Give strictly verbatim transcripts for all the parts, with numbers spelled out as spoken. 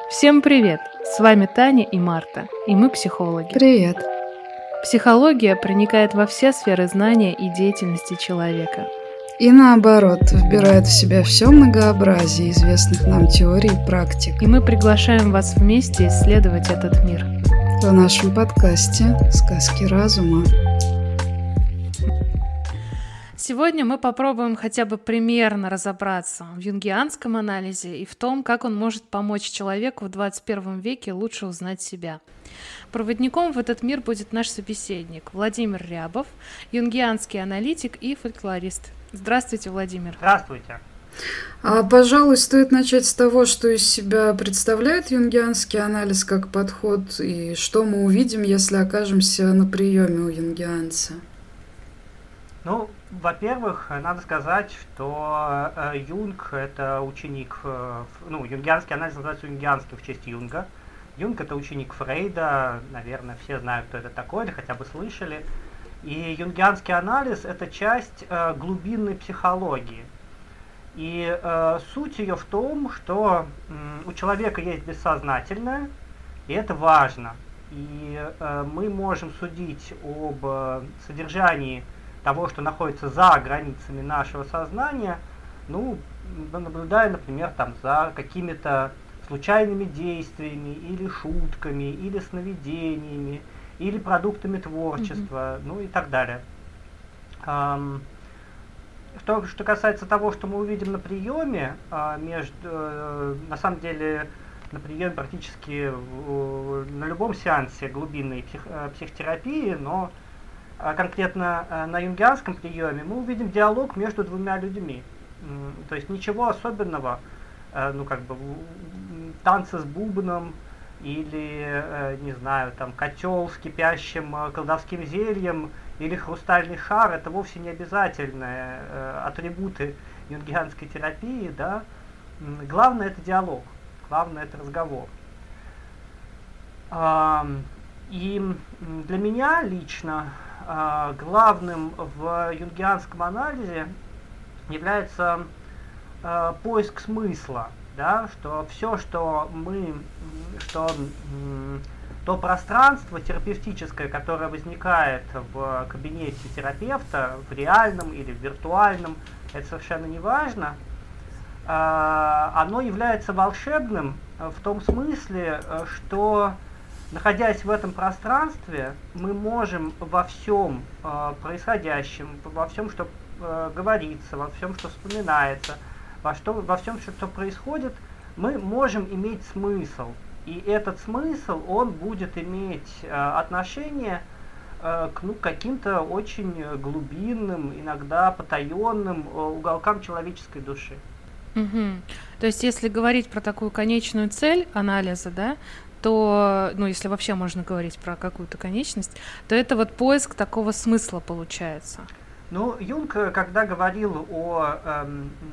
Всем привет! С вами Таня и Марта, и мы психологи. Привет! Психология проникает во все сферы знания и деятельности человека. И наоборот, вбирает в себя все многообразие известных нам теорий и практик. И мы приглашаем вас вместе исследовать этот мир. В нашем подкасте «Сказки разума». Сегодня мы попробуем хотя бы примерно разобраться в юнгианском анализе и в том, как он может помочь человеку в двадцать первом веке лучше узнать себя. Проводником в этот мир будет наш собеседник Владимир Рябов, юнгианский аналитик и фольклорист. Здравствуйте, Владимир. Здравствуйте. А, пожалуй, стоит начать с того, что из себя представляет юнгианский анализ как подход, и что мы увидим, если окажемся на приеме у юнгианца. Ну, во-первых, надо сказать, что э, Юнг – это ученик, э, ну, юнгианский анализ называется юнгианским в честь Юнга. Юнг – это ученик Фрейда, наверное, все знают, кто это такой, или хотя бы слышали. И юнгианский анализ – это часть э, глубинной психологии. И э, суть ее в том, что э, у человека есть бессознательное, и это важно. И э, мы можем судить об э, содержании того, что находится за границами нашего сознания, ну, наблюдая, например, там, за какими-то случайными действиями, или шутками, или сновидениями, или продуктами творчества, mm-hmm. ну и так далее. Um, что, что касается того, что мы увидим на приеме, uh, между, uh, на самом деле на приеме практически uh, на любом сеансе глубинной псих, uh, психотерапии, но конкретно на юнгианском приеме мы увидим диалог между двумя людьми. То есть ничего особенного, ну как бы танцы с бубном или, не знаю, там котел с кипящим колдовским зельем или хрустальный шар, это вовсе не обязательные атрибуты юнгианской терапии, да. Главное это диалог, главное это разговор. И для меня лично главным в юнгианском анализе является э, поиск смысла, да, что все, что мы, что э, то пространство терапевтическое, которое возникает в кабинете терапевта, в реальном или в виртуальном, это совершенно не важно, э, оно является волшебным в том смысле, что находясь в этом пространстве, мы можем во всем э, происходящем, во всем, что э, говорится, во всем, что вспоминается, во, что, во всем, что, что происходит, мы можем иметь смысл. И этот смысл, он будет иметь э, отношение э, к ну, каким-то очень глубинным, иногда потаенным э, уголкам человеческой души. Угу. То есть, если говорить про такую конечную цель анализа, да, то, ну, если вообще можно говорить про какую-то конечность, то это вот поиск такого смысла получается. Ну, Юнг, когда говорил о э,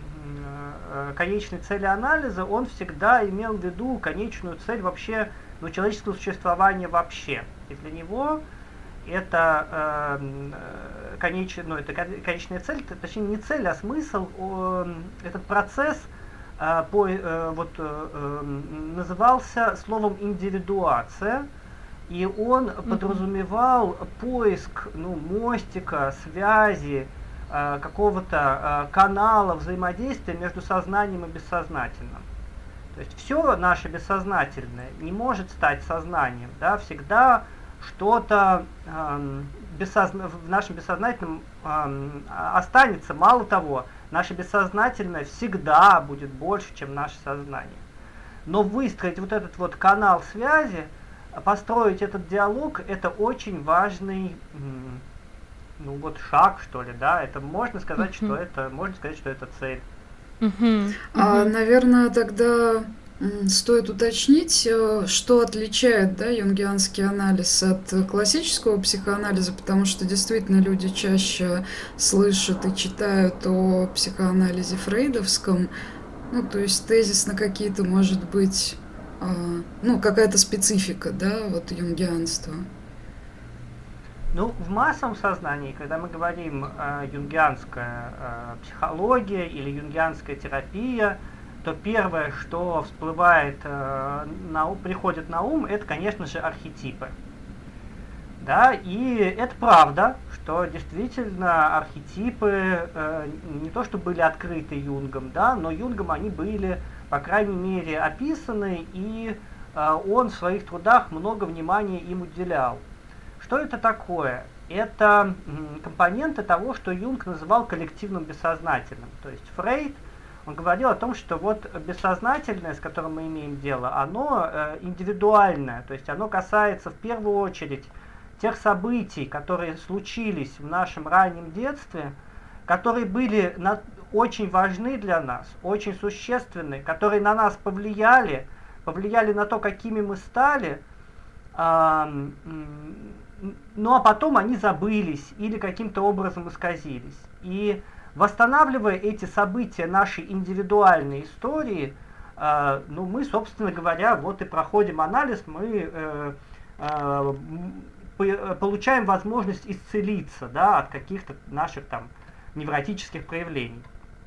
э, конечной цели анализа, он всегда имел в виду конечную цель вообще, ну, человеческого существования вообще. И для него это, э, конеч, ну, это конечная цель, точнее не цель, а смысл, э, этот процесс, По, э, вот, э, назывался словом индивидуация, и он mm-hmm. подразумевал поиск ну, мостика, связи, э, какого-то э, канала взаимодействия между сознанием и бессознательным. То есть все наше бессознательное не может стать сознанием, да, всегда что-то э, бессозна... в нашем бессознательном э, останется, мало того, наше бессознательное всегда будет больше, чем наше сознание. Но выстроить вот этот вот канал связи, построить этот диалог, это очень важный, ну вот шаг, что ли, да, это можно сказать, uh-huh. что это, можно сказать, что это цель. Uh-huh. Uh-huh. А, наверное, тогда стоит уточнить, что отличает, да, юнгианский анализ от классического психоанализа, потому что действительно люди чаще слышат и читают о психоанализе фрейдовском, ну, то есть тезисно какие-то, может быть, э, ну, какая-то специфика, да, вот юнгианства. Ну, в массовом сознании, когда мы говорим э, юнгианская э, психология или юнгианская терапия, то первое, что всплывает, э, на, приходит на ум, это, конечно же, архетипы. Да, и это правда, что действительно архетипы э, не то что были открыты Юнгом, да, но Юнгом они были, по крайней мере, описаны, и э, он в своих трудах много внимания им уделял. Что это такое? Это м, компоненты того, что Юнг называл коллективным бессознательным. То есть Фрейд, он говорил о том, что вот бессознательное, с которым мы имеем дело, оно э, индивидуальное, то есть оно касается в первую очередь тех событий, которые случились в нашем раннем детстве, которые были на, очень важны для нас, очень существенны, которые на нас повлияли, повлияли на то, какими мы стали, а, ну а потом они забылись или каким-то образом исказились. И восстанавливая эти события нашей индивидуальной истории, а, ну мы, собственно говоря, вот и проходим анализ, мы э, э, получаем возможность исцелиться, да, от каких-то наших там невротических проявлений.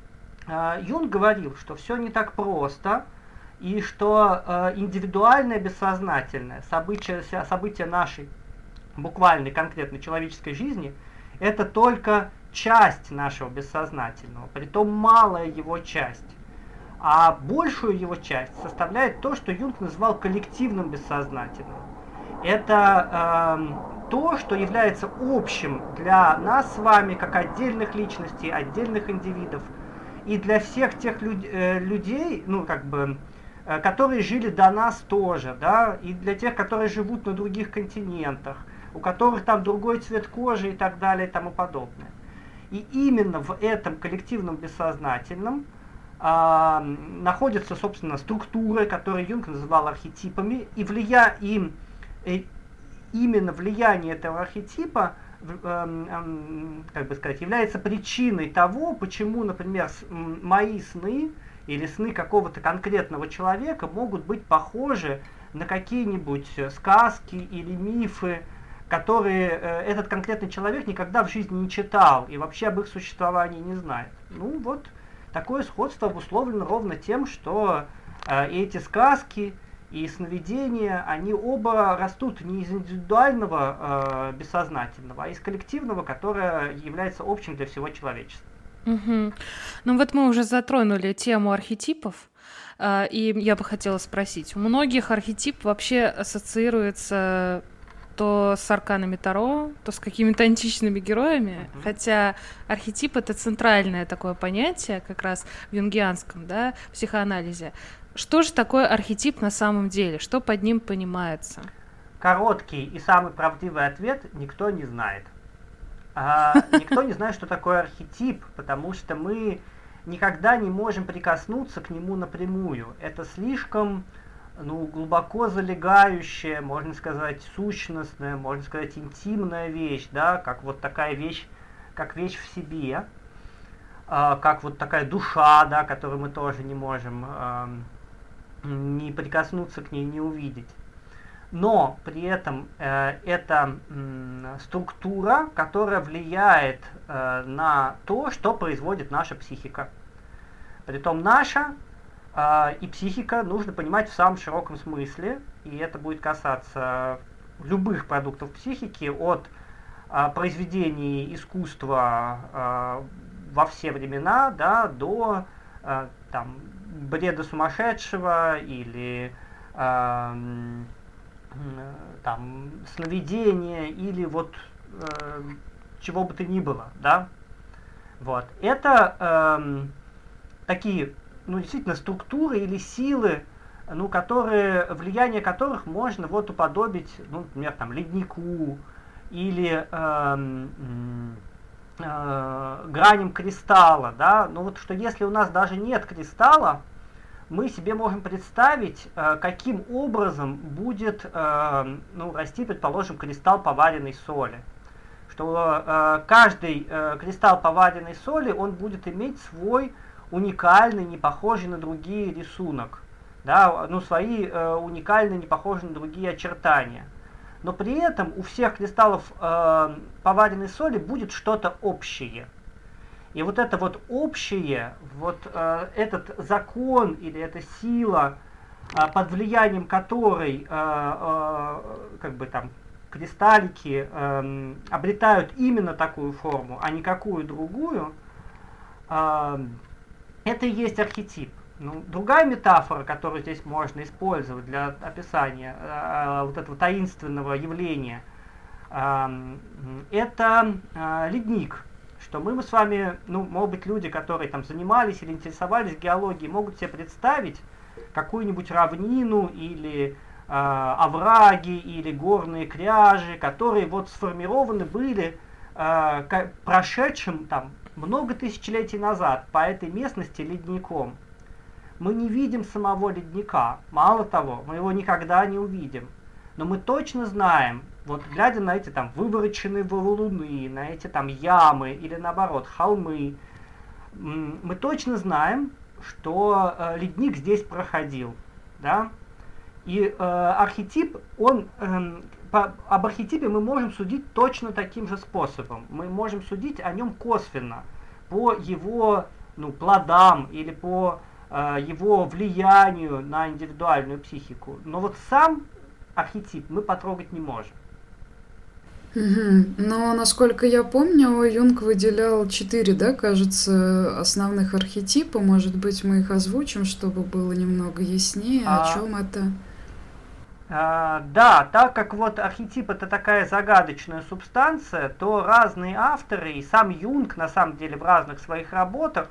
Юнг говорил, что все не так просто, и что э, индивидуальное бессознательное событие, событие нашей буквальной конкретной человеческой жизни это только часть нашего бессознательного, притом малая его часть. А большую его часть составляет то, что Юнг называл коллективным бессознательным. Это э, то, что является общим для нас с вами, как отдельных личностей, отдельных индивидов, и для всех тех люд, э, людей, ну, как бы, э, которые жили до нас тоже, да, и для тех, которые живут на других континентах, у которых там другой цвет кожи и так далее и тому подобное. И именно в этом коллективном бессознательном э, находятся, собственно, структуры, которые Юнг называл архетипами, и влия им И именно влияние этого архетипа, э, э, как бы сказать, является причиной того, почему, например, с, м, мои сны или сны какого-то конкретного человека могут быть похожи на какие-нибудь сказки или мифы, которые э, этот конкретный человек никогда в жизни не читал и вообще об их существовании не знает. Ну вот, такое сходство обусловлено ровно тем, что э, эти сказки и сновидения, они оба растут не из индивидуального э, бессознательного, а из коллективного, которое является общим для всего человечества. Угу. Ну вот мы уже затронули тему архетипов, э, и я бы хотела спросить, у многих архетип вообще ассоциируется то с арканами Таро, то с какими-то античными героями, uh-huh. хотя архетип — это центральное такое понятие как раз в юнгианском, да, психоанализе. Что же такое архетип на самом деле? Что под ним понимается? Короткий и самый правдивый ответ – никто не знает. А, никто не знает, что такое архетип, потому что мы никогда не можем прикоснуться к нему напрямую. Это слишком ну, глубоко залегающая, можно сказать, сущностная, можно сказать, интимная вещь, да, как вот такая вещь, как вещь в себе, а, как вот такая душа, да, которую мы тоже не можем а, не прикоснуться к ней, не увидеть. Но при этом э, это э, структура, которая влияет э, на то, что производит наша психика. Притом наша э, и психика нужно понимать в самом широком смысле, и это будет касаться любых продуктов психики, от э, произведений искусства э, во все времена, да, до э, там, бреда сумасшедшего или э, там сновидения или вот э, чего бы то ни было, да, вот это э, такие, ну действительно структуры или силы, ну которые влияние которых можно вот уподобить, ну например там леднику или э, э, граням кристалла, да, но вот что если у нас даже нет кристалла, мы себе можем представить, э, каким образом будет э, ну, расти, предположим, кристалл поваренной соли. Что э, каждый э, кристалл поваренной соли, он будет иметь свой уникальный, не похожий на другие рисунок. Да, ну, свои э, уникальные, не похожие на другие очертания. Но при этом у всех кристаллов э, поваренной соли будет что-то общее. И вот это вот общее, вот э, этот закон или эта сила, э, под влиянием которой э, э, как бы там кристаллики э, обретают именно такую форму, а не какую другую, э, это и есть архетип. Ну, другая метафора, которую здесь можно использовать для описания э, вот этого таинственного явления, э, это э, ледник. Что мы с вами, ну, может быть, люди, которые там занимались или интересовались геологией, могут себе представить какую-нибудь равнину или э, овраги или горные кряжи, которые вот сформированы были э, прошедшим там много тысячелетий назад по этой местности ледником. Мы не видим самого ледника, мало того, мы его никогда не увидим, но мы точно знаем, вот глядя на эти там вывороченные валуны, на эти там ямы или наоборот холмы, мы точно знаем, что э, ледник здесь проходил, да? И э, архетип, он, э, по, об архетипе мы можем судить точно таким же способом. Мы можем судить о нем косвенно, по его ну, плодам или по э, его влиянию на индивидуальную психику. Но вот сам архетип мы потрогать не можем. Угу. Но, насколько я помню, Юнг выделял четыре, да, кажется, основных архетипа. Может быть, мы их озвучим, чтобы было немного яснее, а, о чем это? А, да, так как вот архетип это такая загадочная субстанция, то разные авторы, и сам Юнг, на самом деле, в разных своих работах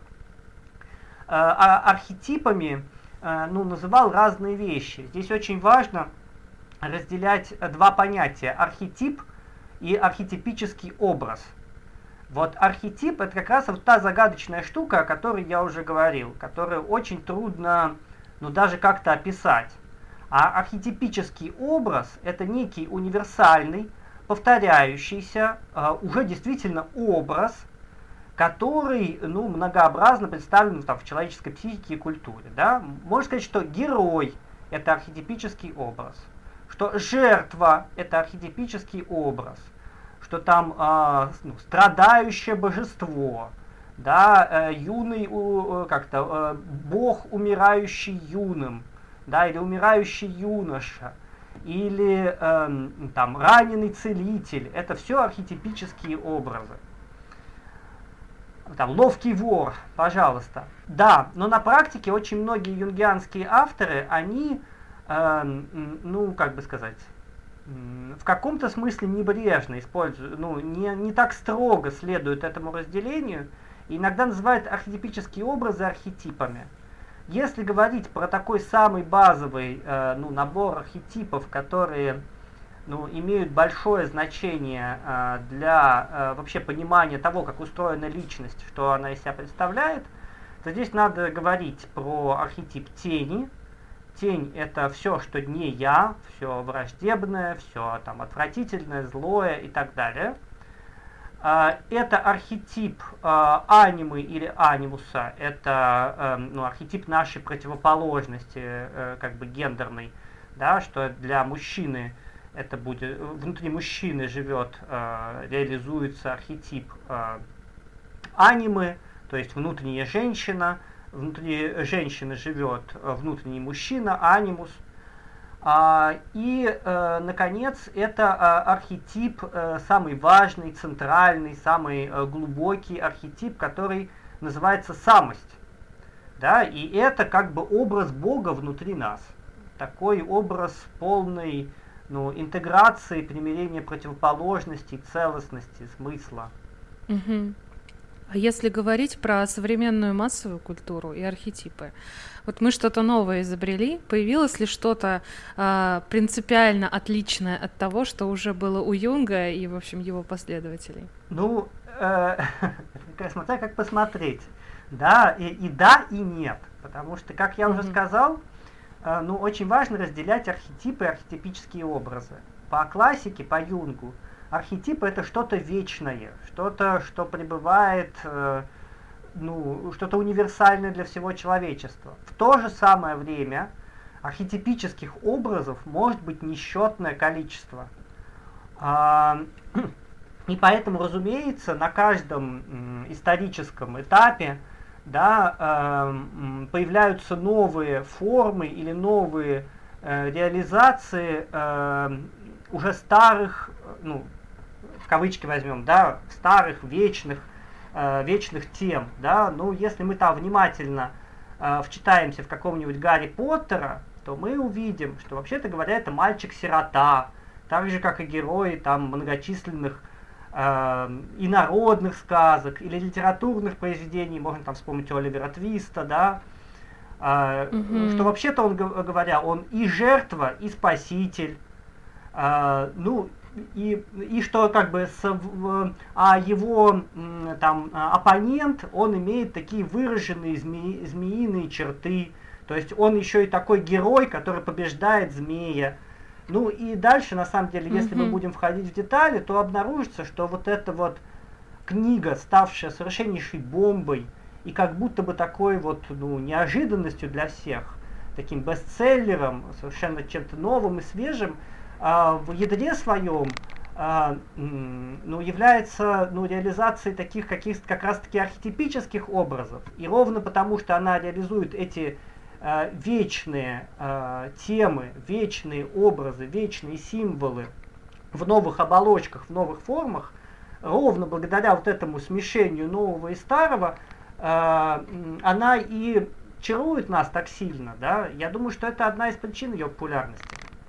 а, архетипами а, ну, называл разные вещи. Здесь очень важно разделять два понятия: архетип и архетипический образ. Вот архетип это как раз вот та загадочная штука, о которой я уже говорил, которую очень трудно, ну, даже как-то описать. А архетипический образ это некий универсальный, повторяющийся, э, уже действительно образ, который, ну, многообразно представлен там, в человеческой психике и культуре. Да? Можно сказать, что герой это архетипический образ, что жертва это архетипический образ, что там э, ну, страдающее божество, да, э, юный э, как-то э, бог, умирающий юным, да, или умирающий юноша, или э, там раненый целитель, это все архетипические образы. Там ловкий вор, пожалуйста. Да, но на практике очень многие юнгианские авторы, они ну, как бы сказать, в каком-то смысле небрежно используют, ну, не, не так строго следуют этому разделению, и иногда называют архетипические образы архетипами. Если говорить про такой самый базовый э, ну, набор архетипов, которые ну, имеют большое значение э, для э, вообще понимания того, как устроена личность, что она из себя представляет, то здесь надо говорить про архетип тени. Тень это все, что не я, все враждебное, все там отвратительное, злое и так далее. Это архетип анимы или анимуса, это ну, архетип нашей противоположности, как бы гендерной, да, что для мужчины это будет, внутри мужчины живет, реализуется архетип анимы, то есть внутренняя женщина. Внутри женщины живет внутренний мужчина, анимус. А, и, э, наконец, это э, архетип, э, самый важный, центральный, самый э, глубокий архетип, который называется самость. Да? И это как бы образ Бога внутри нас. Такой образ полной ну, интеграции, примирения противоположностей, целостности, смысла. Угу. А если говорить про современную массовую культуру и архетипы, вот мы что-то новое изобрели, появилось ли что-то э, принципиально отличное от того, что уже было у Юнга и, в общем, его последователей? Ну, э, смотря как посмотреть, да, и, и да, и нет, потому что, как я уже mm-hmm. сказал, э, ну, очень важно разделять архетипы и архетипические образы. По классике, по Юнгу, архетип это что-то вечное, что-то, что пребывает, э, ну, что-то универсальное для всего человечества. В то же самое время архетипических образов может быть несчетное количество. А, И поэтому, разумеется, на каждом м, историческом этапе, да, э, появляются новые формы или новые э, реализации э, уже старых, ну, в кавычки возьмем, да, старых, вечных, э, вечных тем, да. Ну, если мы там внимательно э, вчитаемся в какого-нибудь Гарри Поттера, то мы увидим, что, вообще-то говоря, это мальчик-сирота, так же, как и герои там многочисленных э, и народных сказок, или литературных произведений, можно там вспомнить Оливера Твиста, да, э, mm-hmm. что, вообще-то, он, говоря, он и жертва, и спаситель, э, ну, и, и что, как бы, с, в, а его там оппонент, он имеет такие выраженные зме, змеиные черты, то есть он еще и такой герой, который побеждает змея. Ну и дальше, на самом деле, если mm-hmm. мы будем входить в детали, то обнаружится, что вот эта вот книга, ставшая совершеннейшей бомбой и как будто бы такой вот, ну, неожиданностью для всех, таким бестселлером, совершенно чем-то новым и свежим, э, в ядре своем э, ну, является, ну, реализацией таких каких-то как раз-таки архетипических образов. И ровно потому, что она реализует эти э, вечные э, темы, вечные образы, вечные символы в новых оболочках, в новых формах, ровно благодаря вот этому смешению нового и старого, э, она и чарует нас так сильно, да. Я думаю, что это одна из причин ее популярности.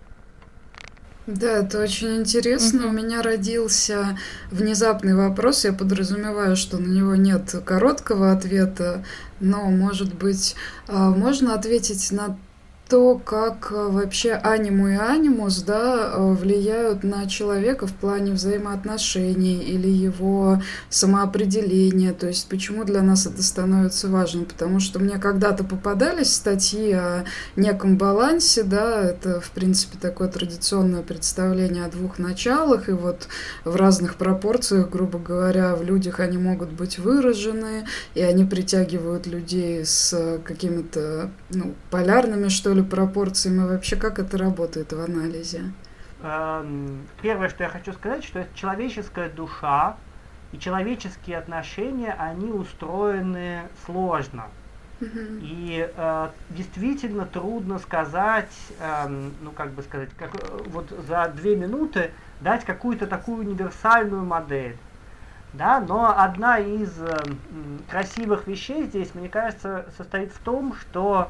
Да, это очень интересно. Mm-hmm. У меня родился внезапный вопрос. Я подразумеваю, что на него нет короткого ответа, но, может быть, можно ответить на то, как вообще аниму и анимус, да, влияют на человека в плане взаимоотношений или его самоопределения, то есть почему для нас это становится важным, потому что мне когда-то попадались статьи о неком балансе, да, это, в принципе, такое традиционное представление о двух началах, и вот в разных пропорциях, грубо говоря, в людях они могут быть выражены, и они притягивают людей с какими-то, ну, полярными, что ли, пропорциями. Вообще, как это работает в анализе? Первое, что я хочу сказать, что это человеческая душа и человеческие отношения, они устроены сложно. Uh-huh. И э, действительно трудно сказать, э, ну, как бы сказать, как, вот за две минуты дать какую-то такую универсальную модель. Да, но одна из э, красивых вещей здесь, мне кажется, состоит в том, что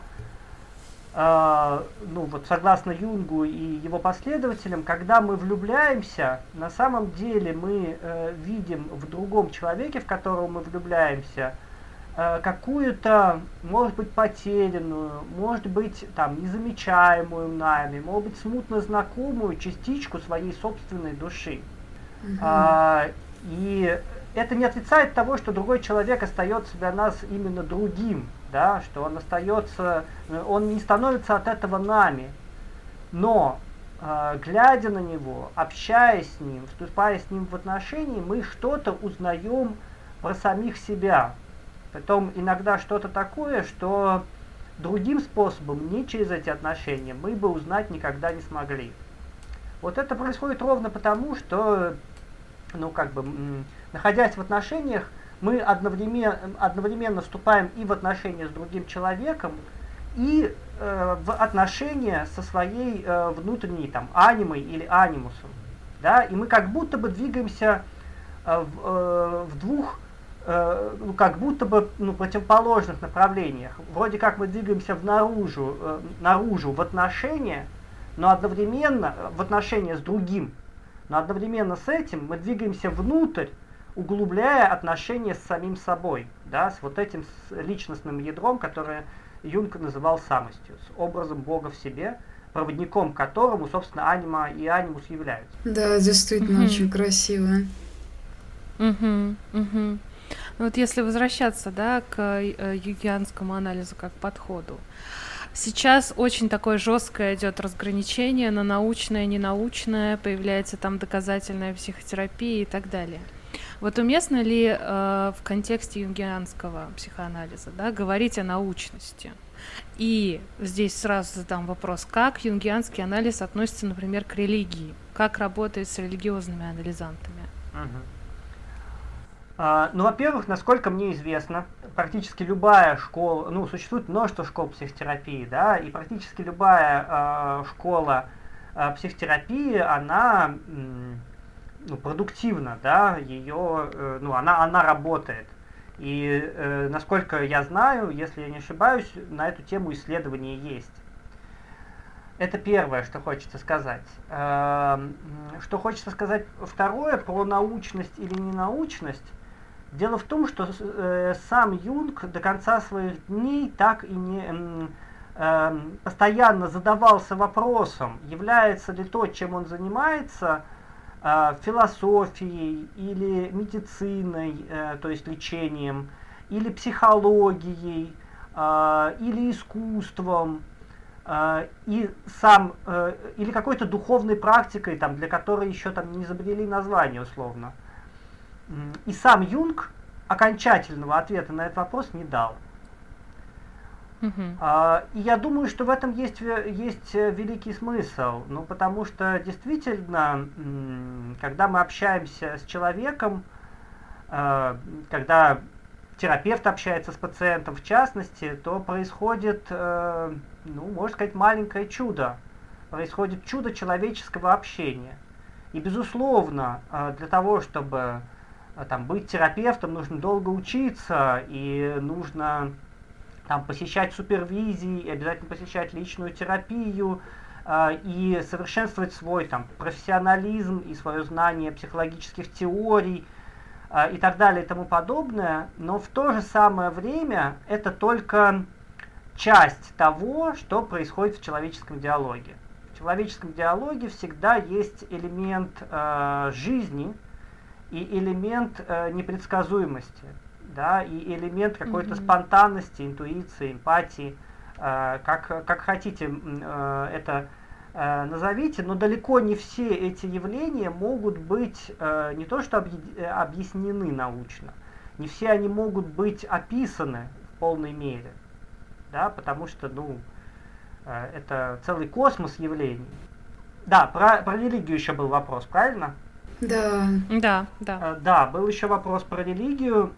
Uh, ну вот согласно Юнгу и его последователям, когда мы влюбляемся, на самом деле мы uh, видим в другом человеке, в которого мы влюбляемся, uh, какую-то, может быть, потерянную, может быть, там, незамечаемую нами, может быть, смутно знакомую частичку своей собственной души. Mm-hmm. Uh, и это не отрицает того, что другой человек остается для нас именно другим, да, что он остается, он не становится от этого нами, но э, глядя на него, общаясь с ним, вступая с ним в отношения, мы что-то узнаем про самих себя, потом иногда что-то такое, что другим способом, не через эти отношения, мы бы узнать никогда не смогли. Вот это происходит ровно потому, что, ну, как бы, находясь в отношениях, мы одновременно, одновременно вступаем и в отношения с другим человеком, и э, в отношения со своей э, внутренней там анимой или анимусом. Да? И мы как будто бы двигаемся э, в, э, в двух, э, ну, как будто бы, ну, противоположных направлениях. Вроде как мы двигаемся в наружу, э, наружу в отношения, но одновременно в отношения с другим. Но одновременно с этим мы двигаемся внутрь, углубляя отношения с самим собой, да, с вот этим с личностным ядром, которое Юнг называл самостью, с образом Бога в себе, проводником к которому, собственно, анима и анимус являются. Да, действительно, mm-hmm. очень красиво. Mm-hmm. Mm-hmm. Вот если возвращаться, да, к юнгианскому анализу как подходу, сейчас очень такое жесткое идет разграничение на научное, ненаучное, появляется там доказательная психотерапия и так далее. Вот уместно ли э, в контексте юнгианского психоанализа, да, говорить о научности? И здесь сразу задам вопрос, как юнгианский анализ относится, например, к религии? Как работает с религиозными анализантами? Uh-huh. Ну, во-первых, насколько мне известно, практически любая школа, ну, существует множество школ психотерапии, да, и практически любая э, школа э, психотерапии, она ну, продуктивна, да, ее, э, ну, она, она работает. И, э, насколько я знаю, если я не ошибаюсь, на эту тему исследования есть. Это первое, что хочется сказать. Что хочется сказать второе, про научность или ненаучность. Дело в том, что э, сам Юнг до конца своих дней так и не э, постоянно задавался вопросом, является ли то, чем он занимается, э, философией или медициной, э, то есть лечением, или психологией, э, или искусством, э, и сам, э, или какой-то духовной практикой, там, для которой еще там не изобрели название условно. И сам Юнг окончательного ответа на этот вопрос не дал. Uh-huh. И я думаю, что в этом есть, есть великий смысл. Ну, потому что действительно, когда мы общаемся с человеком, когда терапевт общается с пациентом в частности, то происходит, ну, можно сказать, маленькое чудо. Происходит чудо человеческого общения. И, безусловно, для того, чтобы там, быть терапевтом, нужно долго учиться, и нужно там, посещать супервизии, и обязательно посещать личную терапию, э, и совершенствовать свой там, профессионализм и свое знание психологических теорий э, и так далее и тому подобное. Но в то же самое время это только часть того, что происходит в человеческом диалоге. В человеческом диалоге всегда есть элемент э, жизни, и элемент э, непредсказуемости, да, и элемент какой-то mm-hmm. спонтанности, интуиции, эмпатии, э, как, как хотите э, это э, назовите, но далеко не все эти явления могут быть э, не то что объ- объяснены научно, не все они могут быть описаны в полной мере, да, потому что, ну, э, это целый космос явлений. Да, про, про религию еще был вопрос, правильно? Да. Да, да. Да, был еще вопрос про религию.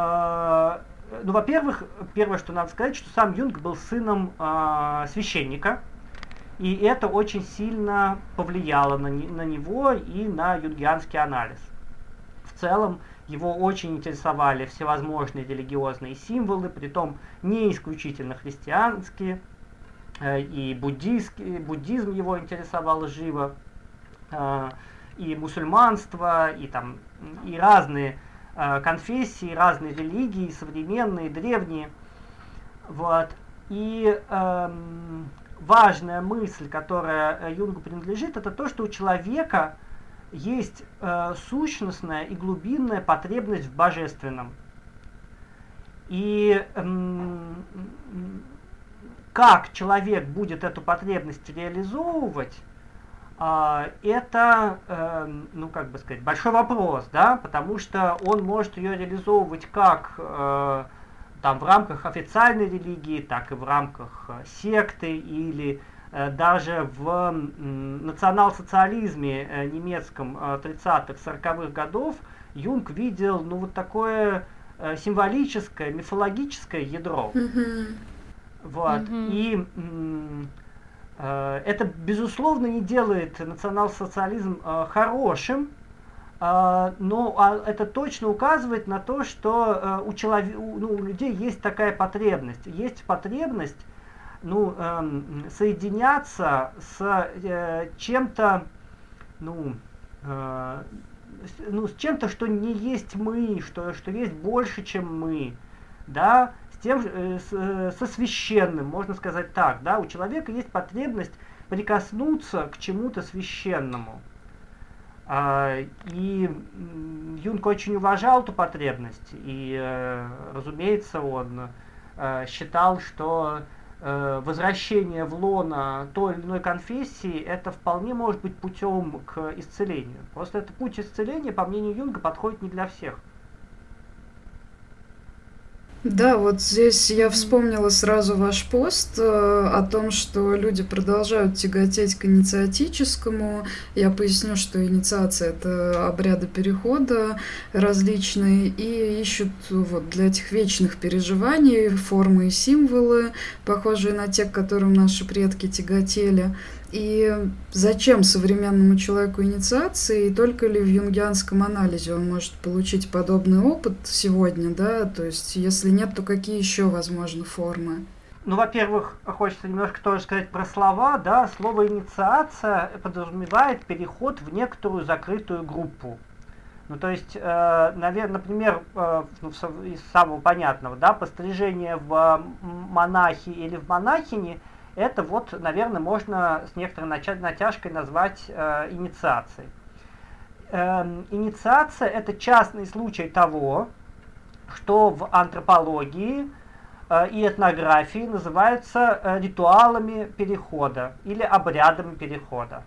Ну, во-первых, первое, что надо сказать, что сам Юнг был сыном священника, и это очень сильно повлияло на, на него и на юнгианский анализ. В целом, его очень интересовали всевозможные религиозные символы, притом не исключительно христианские, и буддийский, буддизм его интересовал живо, и мусульманство, и там и разные э, конфессии, разные религии, современные, древние. Вот. И э, важная мысль, которая Юнгу принадлежит, это то, что у человека есть э, сущностная и глубинная потребность в божественном. И э, как человек будет эту потребность реализовывать, это, ну как бы сказать, большой вопрос, да, потому что он может ее реализовывать как там в рамках официальной религии, так и в рамках секты или даже в национал-социализме немецком тридцатых-сороковых годов Юнг видел, ну, вот такое символическое, мифологическое ядро. Mm-hmm. Вот. Mm-hmm. И это, безусловно, не делает национал-социализм э, хорошим, э, но а, это точно указывает на то, что э, у, человек, у, ну, у людей есть такая потребность. Есть потребность, ну, э, соединяться с э, чем-то, ну, э, с, ну, с чем-то, что не есть мы, что, что есть больше, чем мы, да, Тем, э, со священным, можно сказать так, да, у человека есть потребность прикоснуться к чему-то священному. А, и Юнг очень уважал эту потребность, и, э, разумеется, он э, считал, что э, возвращение в лоно той или иной конфессии, это вполне может быть путем к исцелению. Просто этот путь исцеления, по мнению Юнга, подходит не для всех. Да, вот здесь я вспомнила сразу ваш пост э, о том, что люди продолжают тяготеть к инициатическому. Я поясню, что инициация — это обряды перехода различные, и ищут вот для этих вечных переживаний формы и символы, похожие на те, к которым наши предки тяготели. И зачем современному человеку инициации, и только ли в юнгианском анализе он может получить подобный опыт сегодня, да, то есть если нет, то какие еще возможны формы? Ну, во-первых, хочется немножко тоже сказать про слова, да, слово инициация подразумевает переход в некоторую закрытую группу. Ну, то есть, э, наверное, например, э, из самого понятного, да, пострижение в монахи или в монахини, это вот, наверное, можно с некоторой натяжкой назвать э, инициацией. Э, инициация – это частный случай того, что в антропологии э, и этнографии называются э, ритуалами перехода или обрядами перехода.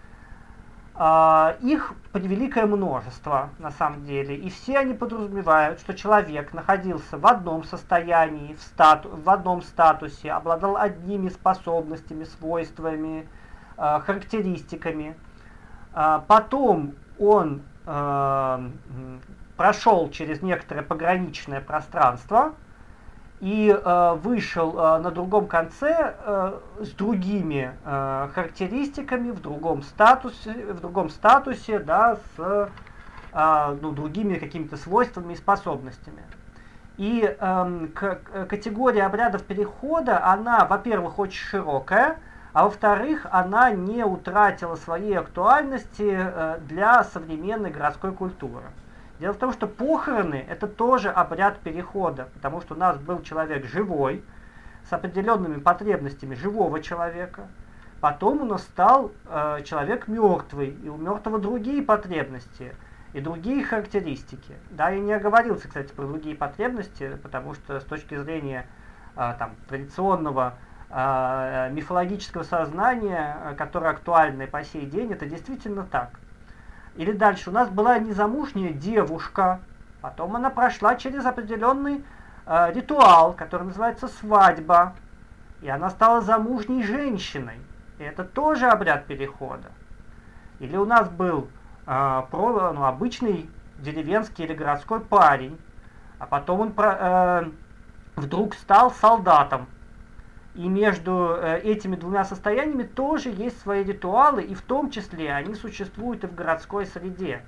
Э, их превеликое множество, на самом деле, и все они подразумевают, что человек находился в одном состоянии, в, стату, в одном статусе, обладал одними способностями, свойствами, э, характеристиками. Э, потом он э, прошел через некоторое пограничное пространство и э, вышел э, на другом конце э, с другими э, характеристиками, в другом статусе, в другом статусе, да, с э, ну, другими какими-то свойствами и способностями. И э, к, категория обрядов перехода, она, во-первых, очень широкая, а во-вторых, она не утратила своей актуальности э, для современной городской культуры. Дело в том, что похороны – это тоже обряд перехода, потому что у нас был человек живой, с определенными потребностями живого человека. Потом у нас стал э, человек мертвый, и у мертвого другие потребности и другие характеристики. Да, я не оговорился, кстати, про другие потребности, потому что с точки зрения э, там, традиционного э, мифологического сознания, которое актуально и по сей день, это действительно так. Или дальше, у нас была незамужняя девушка, потом она прошла через определенный э, ритуал, который называется свадьба, и она стала замужней женщиной. И это тоже обряд перехода. Или у нас был э, про, ну, обычный деревенский или городской парень, а потом он э, вдруг стал солдатом. И между э, этими двумя состояниями тоже есть свои ритуалы, и в том числе они существуют и в городской среде.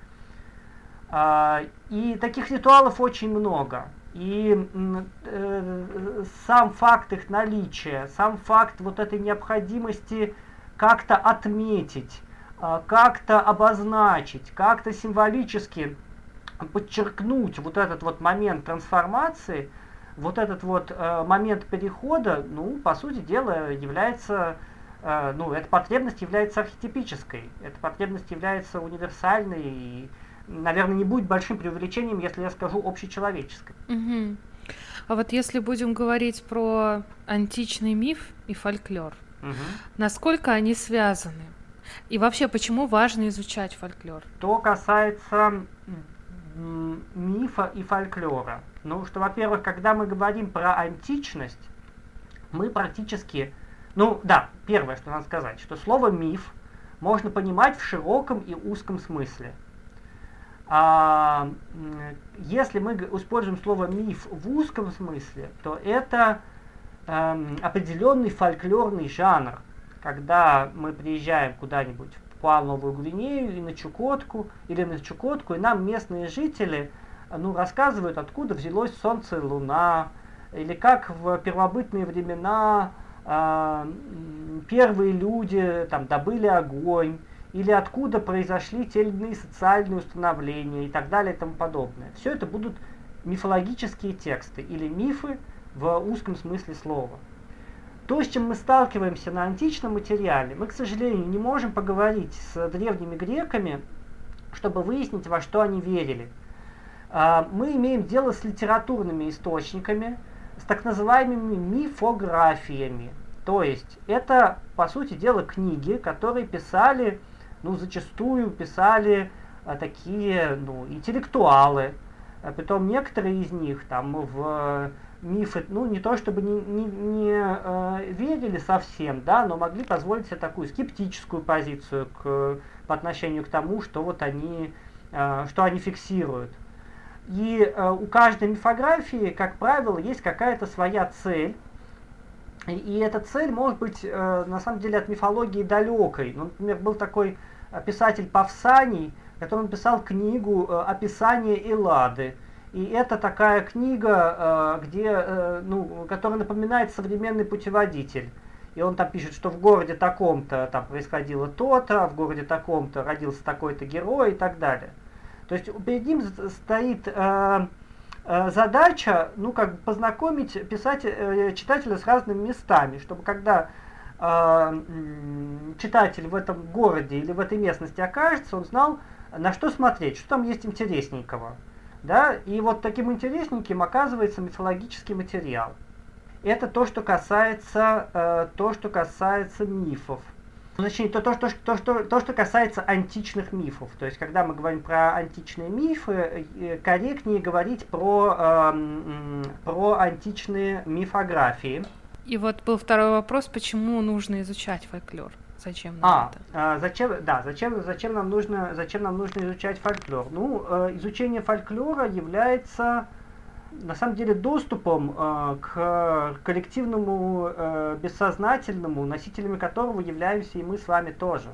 Э, и таких ритуалов очень много. И э, сам факт их наличия, сам факт вот этой необходимости как-то отметить, э, как-то обозначить, как-то символически подчеркнуть вот этот вот момент трансформации, вот этот вот э, момент перехода, ну, по сути дела, является, э, ну, эта потребность является архетипической, эта потребность является универсальной и, наверное, не будет большим преувеличением, если я скажу общечеловеческой. Угу. А вот если будем говорить про античный миф и фольклор, угу. насколько они связаны? И вообще, почему важно изучать фольклор? Что касается мифа и фольклора, ну, что, во-первых, когда мы говорим про античность, мы практически, ну, да, первое, что надо сказать, что слово «миф» можно понимать в широком и узком смысле. А, если мы используем слово «миф» в узком смысле, то это э, определенный фольклорный жанр, когда мы приезжаем куда-нибудь в Папуа-Новую Гвинею и на Чукотку, или на Чукотку, и нам местные жители ну, рассказывают, откуда взялось солнце и луна, или как в первобытные времена э, первые люди там, добыли огонь, или откуда произошли те или иные социальные установления и так далее и тому подобное. Все это будут мифологические тексты или мифы в узком смысле слова. То, с чем мы сталкиваемся на античном материале, мы, к сожалению, не можем поговорить с древними греками, чтобы выяснить, во что они верили. Мы имеем дело с литературными источниками, с так называемыми мифографиями. То есть это, по сути дела, книги, которые писали, ну, зачастую писали а, такие, ну, интеллектуалы, А притом некоторые из них там в мифы, ну, не то чтобы не, не, не э, верили совсем, да, но могли позволить себе такую скептическую позицию к, по отношению к тому, что вот они, э, что они фиксируют. И э, у каждой мифографии, как правило, есть какая-то своя цель. И, и эта цель может быть, э, на самом деле, от мифологии далекой. Ну, например, был такой писатель Павсаний, который написал книгу э, «Описание Эллады». И это такая книга, э, где, э, ну, которая напоминает современный путеводитель. И он там пишет, что в городе таком-то там происходило то-то, в городе таком-то родился такой-то герой и так далее. То есть перед ним стоит э, э, задача, ну, как бы познакомить писатель, э, читателя с разными местами, чтобы когда э, читатель в этом городе или в этой местности окажется, он знал, на что смотреть, что там есть интересненького. Да? И вот таким интересненьким оказывается мифологический материал. Это то, что касается, э, то, что касается мифов. Точнее, то, то, то, то, что, то, что касается античных мифов. То есть, когда мы говорим про античные мифы, корректнее говорить про, э, про античные мифографии. И вот был второй вопрос, почему нужно изучать фольклор? Зачем нам а, это? А, зачем, да, зачем, зачем, нам нужно, зачем нам нужно изучать фольклор? Ну, э, изучение фольклора является, на самом деле, доступом э, к коллективному э, бессознательному, носителями которого являемся и мы с вами тоже.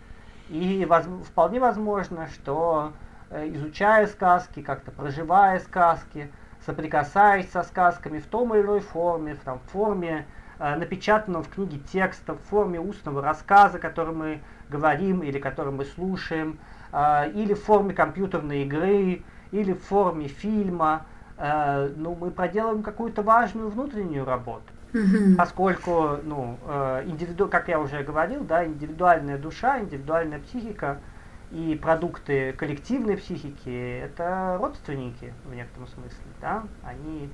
И воз, вполне возможно, что э, изучая сказки, как-то проживая сказки, соприкасаясь со сказками в том или иной форме, в, там, в форме напечатанном в книге текста, в форме устного рассказа, который мы говорим или который мы слушаем, или в форме компьютерной игры, или в форме фильма, ну, мы проделаем какую-то важную внутреннюю работу. Mm-hmm. Поскольку, ну, индивиду, как я уже говорил, да, индивидуальная душа, индивидуальная психика и продукты коллективной психики – это родственники в некотором смысле, да, они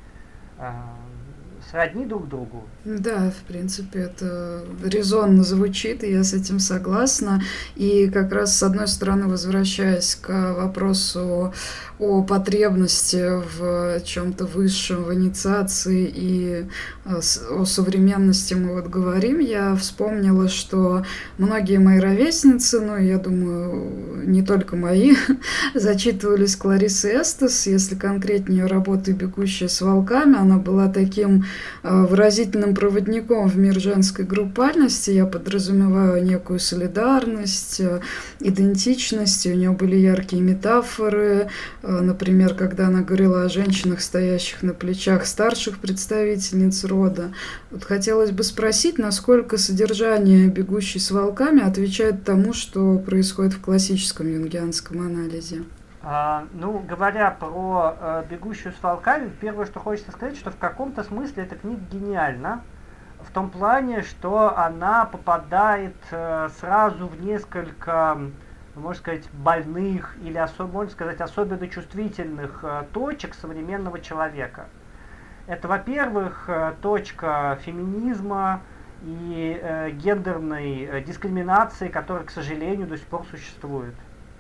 сродни друг другу. Да, в принципе, это резонно звучит, и я с этим согласна. И как раз, с одной стороны, возвращаясь к вопросу о потребности в чем-то высшем, в инициации и о современности мы вот говорим, я вспомнила, что многие мои ровесницы, ну, я думаю, не только мои, зачитывались Клариссы Эстес, если конкретнее работы «Бегущая с волками», она была таким выразительным проводником в мир женской группальности. Я подразумеваю некую солидарность, идентичность. У нее были яркие метафоры. Например, когда она говорила о женщинах, стоящих на плечах старших представительниц рода. Вот хотелось бы спросить, насколько содержание «Бегущей с волками» отвечает тому, что происходит в классическом юнгианском анализе. Uh, ну, говоря про uh, «Бегущую с волками», первое, что хочется сказать, что в каком-то смысле эта книга гениальна, в том плане, что она попадает uh, сразу в несколько, можно сказать, больных или, особ- можно сказать, особенно чувствительных uh, точек современного человека. Это, во-первых, uh, точка феминизма и uh, гендерной uh, дискриминации, которая, к сожалению, до сих пор существует.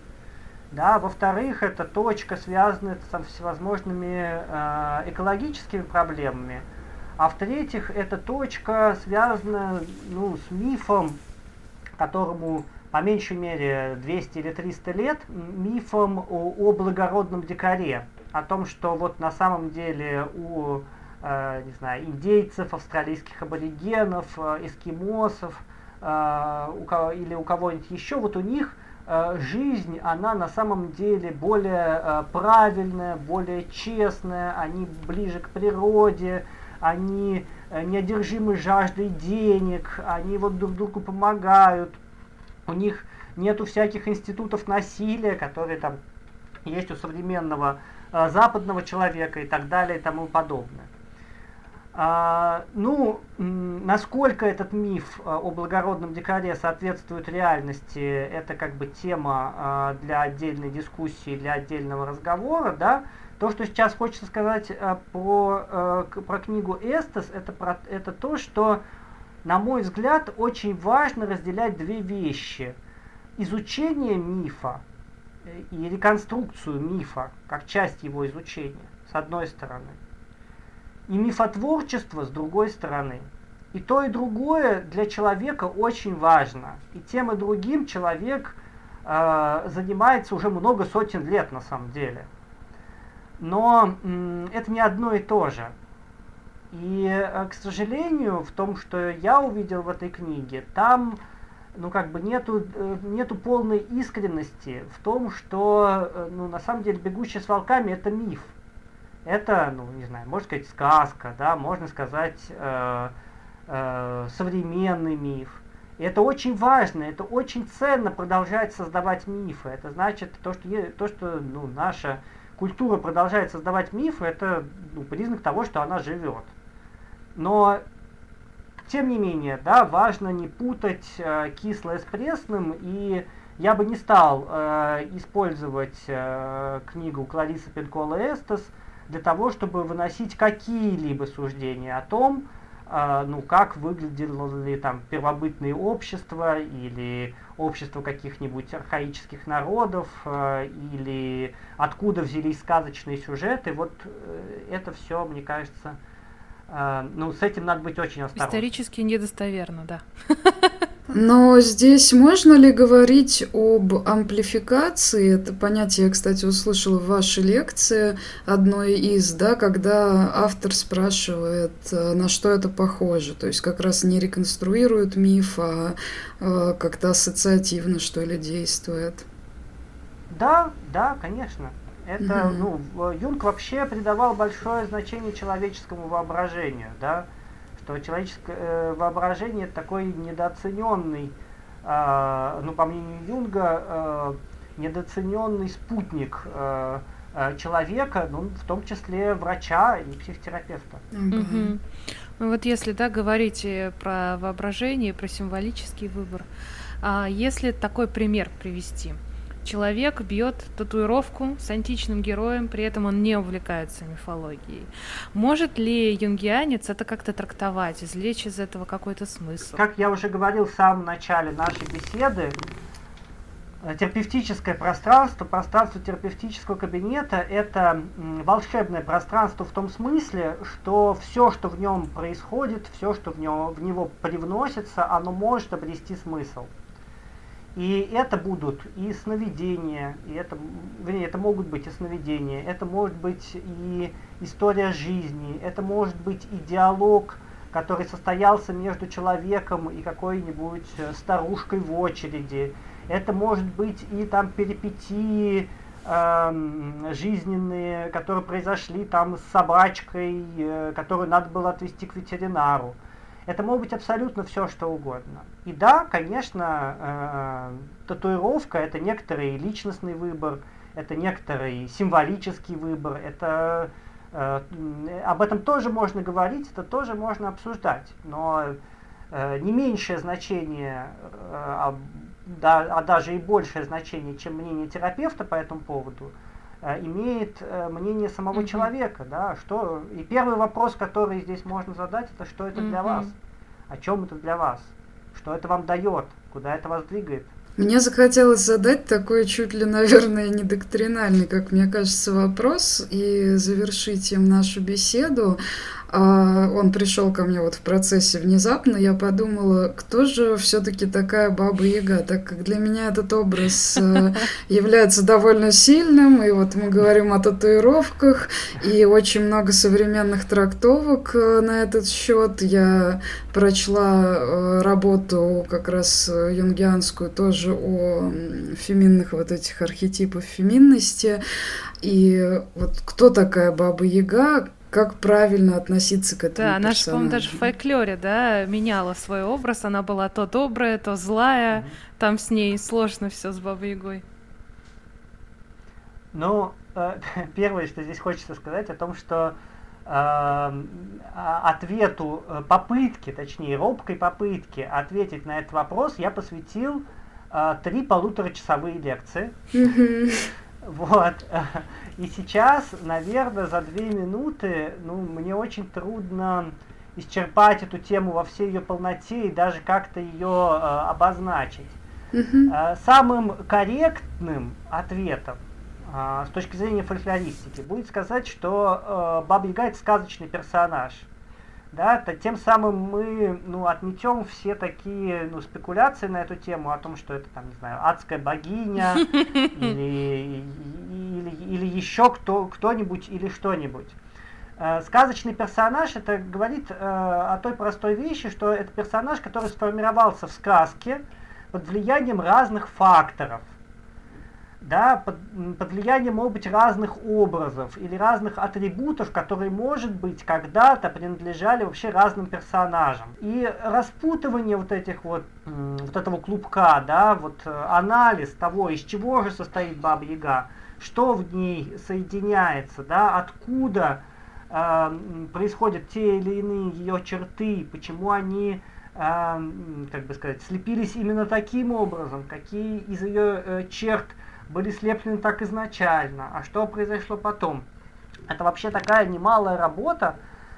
Да, во-вторых, это точка, связанная со всевозможными э, экологическими проблемами. А в-третьих, это точка, связанная, ну, с мифом, которому по меньшей мере двести или триста лет, мифом о, о благородном дикаре. О том, что вот на самом деле у э, не знаю, индейцев, австралийских аборигенов, э, эскимосов э, у кого, или у кого-нибудь еще, вот у них жизнь, она на самом деле более э, правильная, более честная, они ближе к природе, они э, неодержимы жаждой денег, они вот друг другу помогают, у них нету всяких институтов насилия, которые там есть у современного э, западного человека и так далее и тому подобное. А, ну, насколько этот миф о благородном дикаре соответствует реальности, это как бы тема а, для отдельной дискуссии, для отдельного разговора, да. То, что сейчас хочется сказать а, про, а, про книгу Эстес, это, про, это то, что, на мой взгляд, очень важно разделять две вещи. Изучение мифа, и реконструкцию мифа как часть его изучения, с одной стороны, и мифотворчество, с другой стороны. И то, и другое для человека очень важно. И тем, и другим человек э, занимается уже много сотен лет на самом деле. Но м, это не одно и то же. И, э, к сожалению, в том, что я увидел в этой книге, там ну, как бы нету, э, нету полной искренности в том, что э, ну, на самом деле «Бегущий с волками» — это миф. Это, ну, не знаю, можно сказать, сказка, да, можно сказать, э, э, современный миф. И это очень важно, это очень ценно продолжать создавать мифы. Это значит, то, что, то, что ну, наша культура продолжает создавать мифы, это ну, признак того, что она живет. Но, тем не менее, да, важно не путать э, кислое с пресным, и я бы не стал э, использовать э, книгу Кларисы Пинколо-Эстес для того, чтобы выносить какие-либо суждения о том, э, ну, как выглядели там первобытные общества или общества каких-нибудь архаических народов, э, или откуда взялись сказочные сюжеты. Вот э, это все, мне кажется, э, ну, с этим надо быть очень осторожным. Исторически недостоверно, да. Но здесь можно ли говорить об амплификации? Это понятие я, кстати, услышала в вашей лекции, одной из, да, когда автор спрашивает, на что это похоже. То есть как раз не реконструирует миф, а как-то ассоциативно, что ли, действует. Да, да, конечно. Это, mm-hmm. ну, Юнг вообще придавал большое значение человеческому воображению, да. Что человеческое э, воображение такой недооцененный, э, ну, по мнению Юнга, э, недооцененный спутник э, э, человека, ну, в том числе врача и психотерапевта. Mm-hmm. Ну вот если, да, говорить про воображение, про символический выбор, а если такой пример привести? Человек бьет татуировку с античным героем, при этом он не увлекается мифологией. Может ли юнгианец это как-то трактовать, извлечь из этого какой-то смысл? Как я уже говорил в самом начале нашей беседы, терапевтическое пространство, пространство терапевтического кабинета – это волшебное пространство в том смысле, что все, что в нем происходит, все, что в него, в него привносится, оно может обрести смысл. И это будут и сновидения, и это, вернее, это могут быть и сновидения, это может быть и история жизни, это может быть и диалог, который состоялся между человеком и какой-нибудь старушкой в очереди, это может быть и там перипетии э, жизненные, которые произошли там с собачкой, э, которую надо было отвезти к ветеринару. Это может быть абсолютно все, что угодно. И да, конечно, э, татуировка – это некоторый личностный выбор, это некоторый символический выбор, это, э, об этом тоже можно говорить, это тоже можно обсуждать. Но э, не меньшее значение, э, а, да, а даже и большее значение, чем мнение терапевта по этому поводу, э, имеет э, мнение самого mm-hmm. человека. Да, что, и первый вопрос, который здесь можно задать, это что это mm-hmm. для вас? О чем это для вас? Что это вам дает? Куда это вас двигает? Мне захотелось задать такой чуть ли, наверное, не доктринальный, как мне кажется, вопрос и завершить им нашу беседу. Он пришел ко мне вот в процессе внезапно, я подумала, кто же все-таки такая Баба-Яга, так как для меня этот образ является довольно сильным, и вот мы говорим о татуировках, и очень много современных трактовок на этот счет. Я прочла работу как раз юнгианскую тоже о феминных вот этих архетипах феминности, и вот кто такая Баба-Яга, как правильно относиться к этому да, персонажу. Да, наша, по-моему, даже в фольклоре, да, меняла свой образ, она была то добрая, то злая, mm-hmm. там с ней сложно все с Бабой-Ягой. Ну, э, первое, что здесь хочется сказать, о том, что э, ответу, попытки, точнее, робкой попытки ответить на этот вопрос я посвятил э, три полуторачасовые лекции. Mm-hmm. Вот. И сейчас, наверное, за две минуты, ну, мне очень трудно исчерпать эту тему во всей ее полноте и даже как-то ее э, обозначить. Мгм. Э, Самым корректным ответом э, с точки зрения фольклористики будет сказать, что э, Баба Яга это сказочный персонаж. Да, то тем самым мы ну, отметем все такие ну, спекуляции на эту тему о том, что это там, не знаю, адская богиня или, или, или еще кто, кто-нибудь или что-нибудь. Э, Сказочный персонаж это говорит э, о той простой вещи, что это персонаж, который сформировался в сказке под влиянием разных факторов. Да, под, под влиянием, может быть, разных образов или разных атрибутов, которые, может быть, когда-то принадлежали вообще разным персонажам. И распутывание вот этих вот, вот этого клубка, да, вот анализ того, из чего же состоит Баба Яга, что в ней соединяется, да, откуда э, происходят те или иные ее черты, почему они, э, как бы сказать, слепились именно таким образом, какие из ее э, черт были слеплены так изначально, а что произошло потом. Это вообще такая немалая работа.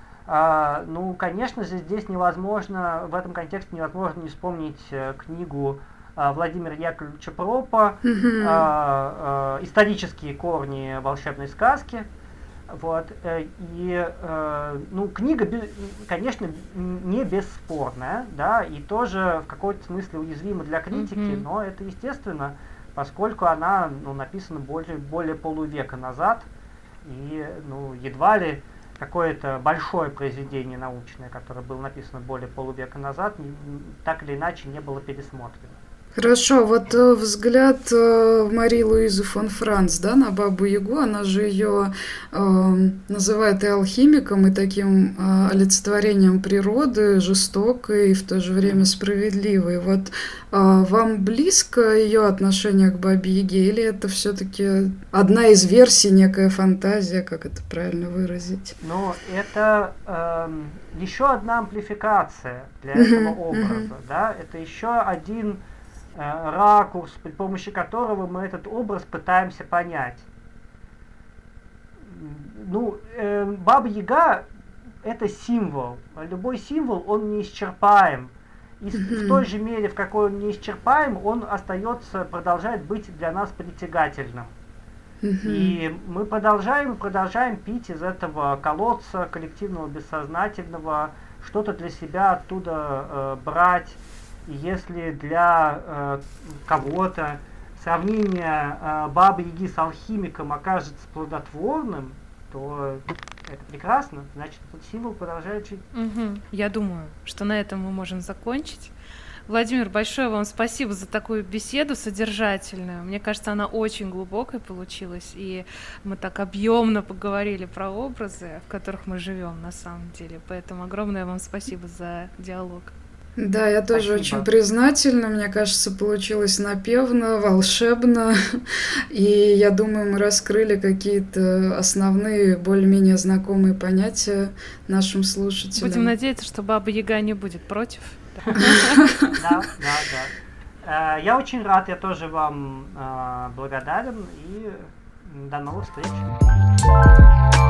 А, ну, конечно же, здесь невозможно, в этом контексте невозможно не вспомнить э, книгу э, Владимира Яковлевича Пропа Мгм. э, э, «Исторические корни волшебной сказки». Вот, э, и, э, ну, книга, бе- конечно, не бесспорная, да, и тоже в какой-то смысле уязвима для критики, Мгм. но это естественно, поскольку она ну, написана более, более полувека назад, и ну, едва ли какое-то большое произведение научное, которое было написано более полувека назад, н- н- так или иначе не было пересмотрено. Хорошо, вот э, взгляд э, Марии Луизы фон Франц, да, на Бабу Ягу, она же ее называет и алхимиком, и таким э, олицетворением природы, жестокой и в то же время справедливой. Вот э, вам близко ее отношение к Бабе Яге, или это все-таки одна из версий, некая фантазия, как это правильно выразить? Но это эм, еще одна амплификация для этого Мгм, образа, мгм. да, это еще один э, ракурс, при помощи которого мы этот образ пытаемся понять. М, Ну, э, Баба Яга это символ. Любой символ, он неисчерпаем. И с- в той Мгм. же мере, в какой он неисчерпаем, он остается, продолжает быть для нас притягательным. Мгм. И мы продолжаем и продолжаем пить из этого колодца коллективного бессознательного, что-то для себя оттуда э, брать. И если для э, кого-то сравнение э, Бабы Яги с алхимиком окажется плодотворным, то это прекрасно, значит этот символ продолжает жить. Мгм. Я думаю, что на этом мы можем закончить. Владимир, большое вам спасибо за такую беседу содержательную. Мне кажется, она очень глубокой получилась, и мы так объемно поговорили про образы, в которых мы живем на самом деле. Поэтому огромное вам спасибо за диалог. Да, я тоже Спасибо. очень признательна. Мне кажется, получилось напевно, волшебно. И я думаю, мы раскрыли какие-то основные, более-менее знакомые понятия нашим слушателям. Будем надеяться, что Баба Яга не будет против. Да, да, да. Э, Я очень рад, я тоже вам э, благодарен и до новых встреч.